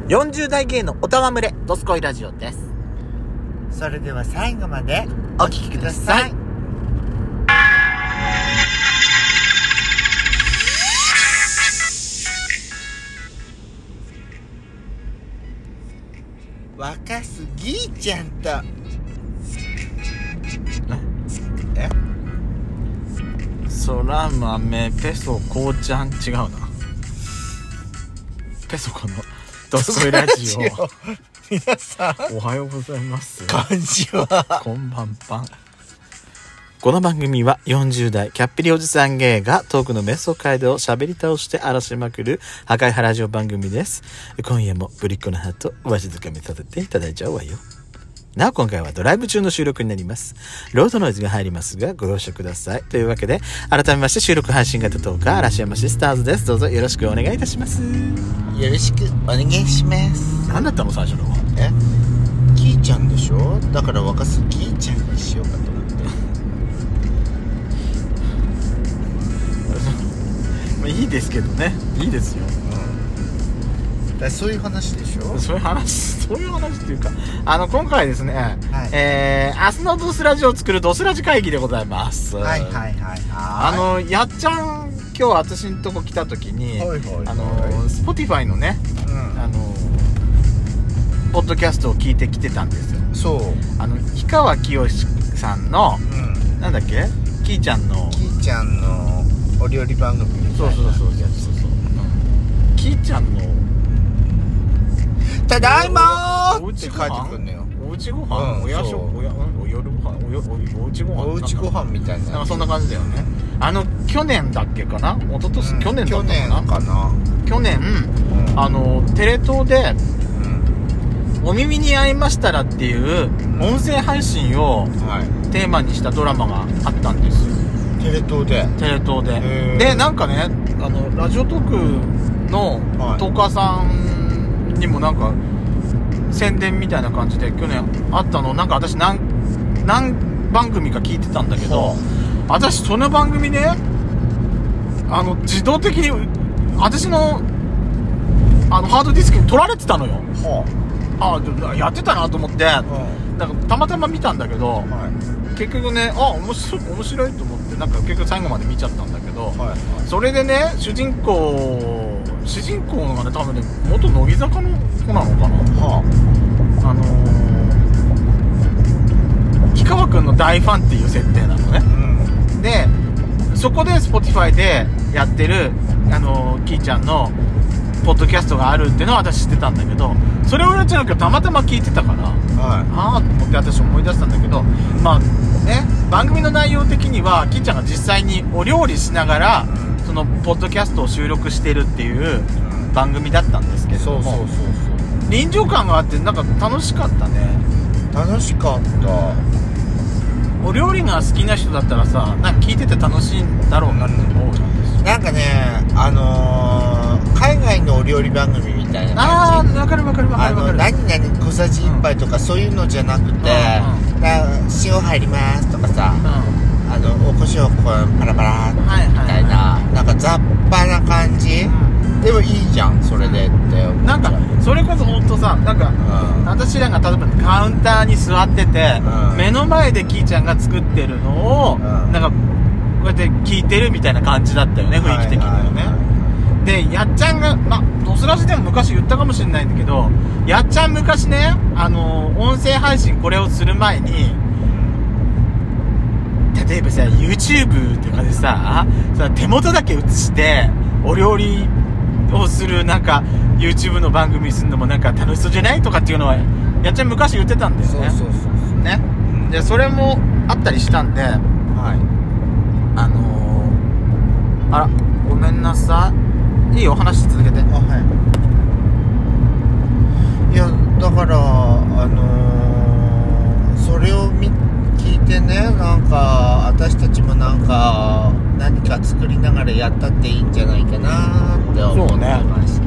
40代芸のおたわむれドスコイラジオです。 それでは最後までお聞きください。 若すぎーちゃんとそら豆ペソこうちゃん違うな。ペソコのドスコイラジオ皆さんおはようございます。 こんにちは。 こんばんぱん。この番組は40代キャッピリおじさん芸がトークのメソ街道を喋り倒して荒らしまくる破壊派ラジオ番組です。今夜もぶりっ子のハートわしづかみさせていただいちゃうわよ。なお今回はドライブ中の収録になります。ロードノイズが入りますがご容赦ください。というわけで改めまして収録配信型トーカー嵐山シスターズです。どうぞよろしくお願いいたします。 よろしくお願いします。 何だったの最初のは。 キーちゃんでしょ。だから若すぎーちゃんにしようかと思って。 まあいいですけどね。いいですよ。 だからそういう話でしょ。 そういう話っていうか今回ですね、 はい明日のドスラジを作るドスラジ会議でございます。 はいはいはいやっちゃん今日私んとこ来た時にSpotify のね、ポッドキャストを聞いてきてたんですよ。 そう氷川きよしさんの、なんだっけキーちゃんのお料理番組みたいなそうキーちゃんのただいまーおうちご飯って帰ってくんのよ。 おうちご飯、お夜ご飯、おうちご飯、 おうちご飯みたいな。 なんかそんな感じだよね。去年だっけかな、一昨年、去年だったかな。去年テレ東で、お耳に合いましたらっていう音声配信をテーマにしたドラマがあったんですよ。 テレ東で。 でなんかね、ラジオトークのトーカーさんにもなんか宣伝みたいな感じで去年あったの。なんか私何番組か聞いてたんだけど、私その番組ね自動的に私のハードディスクに取られてたのよ。やってたなと思って、なんかたまたま見たんだけど、結局ね面白いと思ってなんか結局最後まで見ちゃったんだけど、それでね主人公のがね多分ね元乃木坂の子なのかな、氷川くんの大ファンっていう設定なのね、でそこで Spotify でやってるキーちゃんのポッドキャストがあるっていうのは私知ってたんだけど、それをやっちゃうけどたまたま聞いてたから、と思って私思い出したんだけど、まあね番組の内容的にはキーちゃんが実際にお料理しながらそのポッドキャストを収録してるっていう番組だったんですけども、臨場感があってなんか楽しかったね。 楽しかった。 お料理が好きな人だったらさ、なんか聞いてて楽しいんだろうなって思うんですよ。 なんかね海外のお料理番組みたいな感じ。 わかる何々小さじ1杯とかそういうのじゃなくて、塩入りますとかさ、お胡椒パラパラみたいな、なんか雑把な感じ、でもいいじゃんそれでって。 なんかそれこそ本当さ、なんか、私らが例えばカウンターに座ってて、目の前でキーちゃんが作ってるのを、なんかこうやって聞いてるみたいな感じだったよね、雰囲気的にはね。でやっちゃんがドスラジでも昔言ったかもしれないんだけど、やっちゃん昔ね音声配信これをする前に、例えばさ YouTube とかでさ手元だけ映してお料理をするなんか YouTube の番組するのもなんか楽しそうじゃないとかっていうのはやっちゃん昔言ってたんだよね。ね。でそれもあったりしたんで、ごめんなさい。いいよ話続けて。いやだからそれを聞いてね、なんか私たちもなんか何か作りながらやったっていいんじゃないかなって思ってました。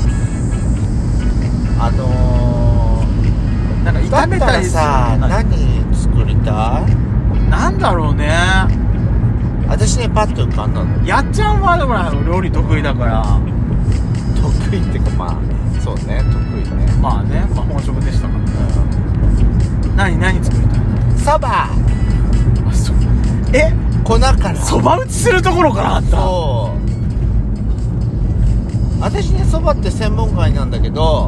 なんか炒めたりさ、何作りたい？ なんだろうね。 私ねパッと浮かんだの。 やっちゃんはでも料理得意だから。 得意ってかまあそうね、得何作りたいの？ そば。粉からそば打ちするところからあった。 そう。私ね、そばって専門外なんだけど、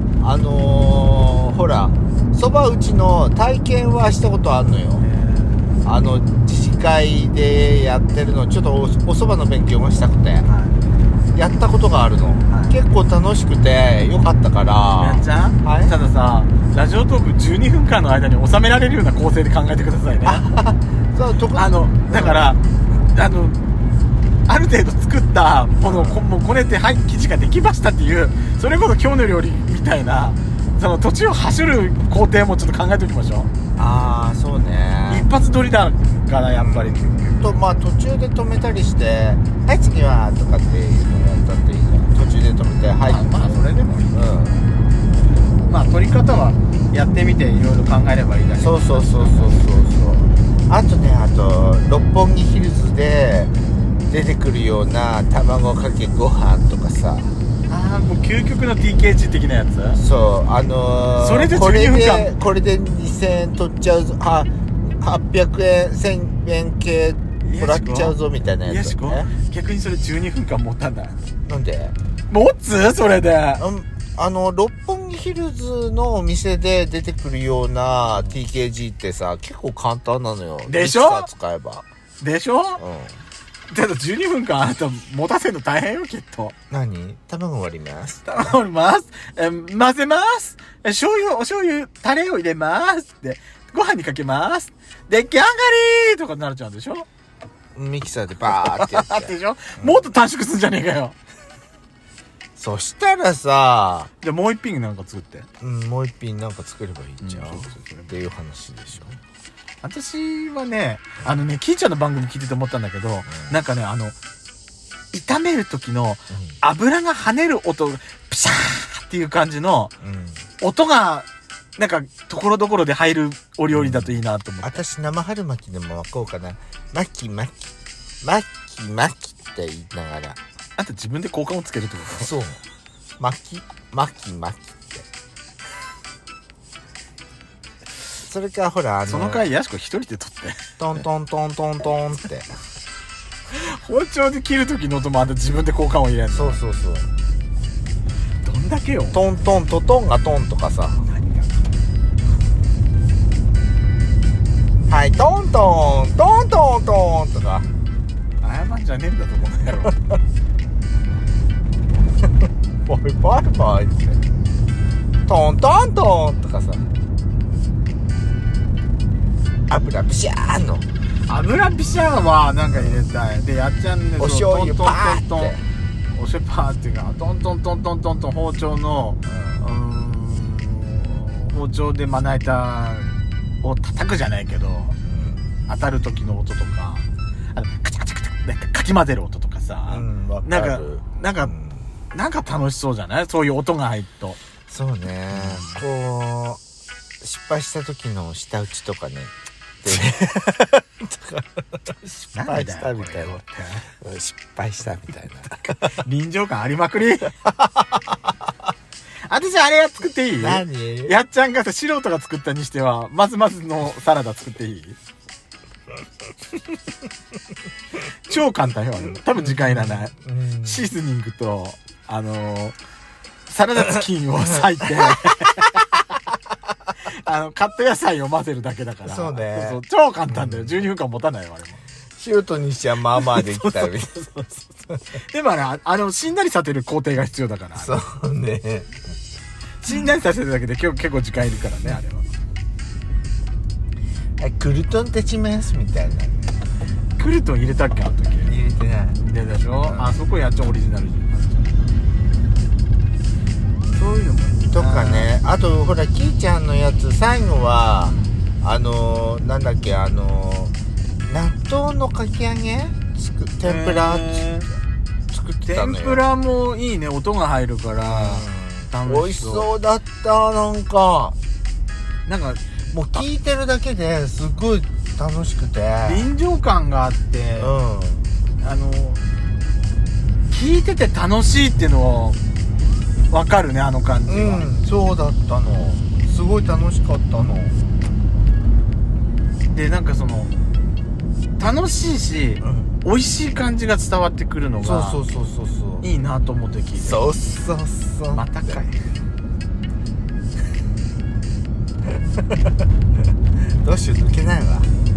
ほらそば打ちの体験はしたことあるのよ。自治会でやってるの、ちょっとおそばの勉強もしたくて、やったことがあるの、結構楽しくてよかったから。 やっちゃん、たださ、ラジオトーク12分間の間に収められるような構成で考えてくださいね。 そうだからある程度作ったものをもうこねて、はい、生地ができましたっていう、それこそ今日の料理みたいな、その土地を走る工程もちょっと考えておきましょう。 そうね、 一発撮りだからやっぱり、 途中で止めたりして、はい次はとかっていうのをやったっていいの。途中で止めて、はい、 それでもいい、撮り方はやってみていろいろ考えればいいだけ。 そうあとね、六本木ヒルズで出てくるような卵かけご飯とかさ、 もう究極の TKG 的なやつ。 そう、 それで12分間これで2000円取っちゃうぞ、800円1000円系もらっちゃうぞみたいなやつ、ね、 逆にそれ12分間持たない。 なんで持つ？それで六本木ヒルズのお店で出てくるような TKG ってさ、結構簡単なのよ。 でしょ？ 使えばでしょ？だと12分間あなた持たせるの大変よ、きっと。 何？卵割ります。 混ぜます。お醤油、タレを入れますで、ご飯にかけます。出来上がりとかになっちゃうんでしょ？ ミキサーでバーってやって。 でしょ？もっと短縮すんじゃねえかよ。 そしたらさ、 じゃあもう一品なんか作って。 もう一品なんか作ればいいんじゃん、っていう話でしょ。 私はね、キーちゃんの番組聞いてて思ったんだけど、なんかね、炒める時の油が跳ねる音、ピシャーっていう感じの音が、なんか、ところどころで入るお料理だといいなと思って。 私、生春巻きでもこうかな。巻きって言いながら。 あんた自分で効果をつけるってこと？ そう。巻きって。それからほら、 その回ヤシコ一人で撮って。 トントントントントンって。 包丁で切る時の音もあんた自分で効果を入れるの？ そう。 どんだけよ。 トントントトンがトンとかさ。はい、トントントントントンとか。 謝んじゃねえんだと思うんだよ。 ボイってトントントンとかさ、油ビシャーの油ビシャーはなんか入れたい。でやっちゃんね、 お醤油パーってお醤油パーっていうか、トントントントントントン包丁の包丁でまな板を叩くじゃないけど、当たる時の音とか、カチャカチャカチャなんかかき混ぜる音とかさ、なんか楽しそうじゃない？そういう音が入ると。 そうね、こう失敗した時の舌打ちとかね。失敗したみたいな。失敗したみたいな。 臨場感ありまくり。私あれや作っていい？ 何？ やっちゃんがさ、素人が作ったにしてはまずのサラダ作っていい？超簡単よ、多分時間いらない。シーズニングとサラダチキンを裂いてカット野菜を混ぜるだけだから。 そうね。 そう超簡単だよ。12分間持たないよ、あれも。 素人にしちゃまあまあできたみたいな。 でもしんなりさせる工程が必要だから。 そうね。 しんなりさせるだけで結構時間いるからね、あれは。 クルトン立ちますみたいな。 クルトン入れたっけ、あの時。 入れてない。 入れたでしょ、あそこやっちゃオリジナルじゃん。そういうのもいいとかね。あとほらキーちゃんのやつ最後はなんだっけ、納豆のかき揚げ天ぷら作ってたのよ。 天ぷらもいいね、音が入るから、 美味しそうだった。なんかもう聞いてるだけですごい楽しくて臨場感があって、聞いてて楽しいっていうのを分かるね、あの感じは。 そうだったの。すごい楽しかったの。 でなんかその楽しいし、美味しい感じが伝わってくるのがそういいなと思って聞いて、 そうまたかいどうしよう、抜けないわ。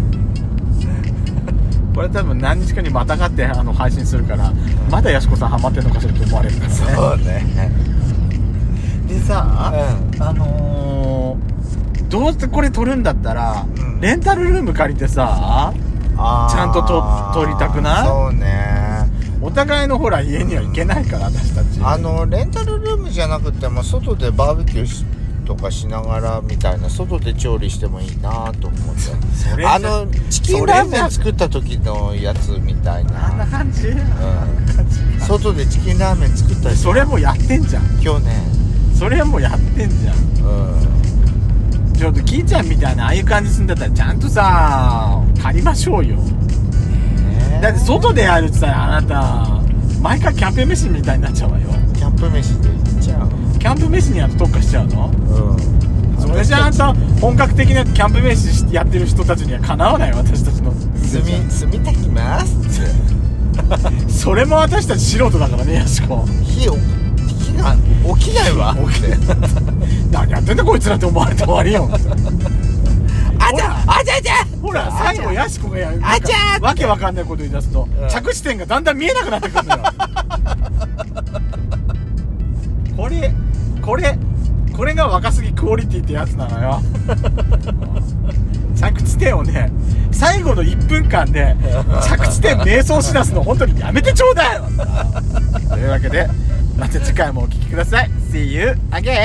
これ多分何日かにまたがって配信するから、まだやしこさんハマってんのかしらと思われるからね。 そうね。 でさ、どうせこれ撮るんだったら、レンタルルーム借りてさ、ちゃんと撮りたくない？ そうね。 お互いのほら家には行けないから、私たち。 レンタルルームじゃなくても外でバーベキューとかしながらみたいな、外で調理してもいいなと思って。チキンラーメン作った時のやつみたいな。 あんな感じ、 外でチキンラーメン作ったり。 それもやってんじゃん今日ね。 それもやってんじゃん。ちょっとキーちゃんみたいなああいう感じするんだったらちゃんとさ借りましょうよ。だって外でやるってさ、あなた毎回キャンプ飯みたいになっちゃうわよ。 キャンプ飯で行っちゃう。 キャンプ飯に特化しちゃうの？それじゃあんた本格的なキャンプ飯やってる人たちにはかなわないよ、私たちの。 炭炊きますってそれも私たち素人だからね、やしこ。 火が起きないわ。 何やってんだこいつらって思われて終わりよ。 あちゃほら最後やしこがやるあちゃわけわかんないこと言い出すと、着地点がだんだん見えなくなってくるのよ。これが若すぎクオリティってやつなのよ。着地点をね、最後の1分間で着地点瞑想しだすの本当にやめてちょうだい。というわけでまた次回もお聞きください。See you again!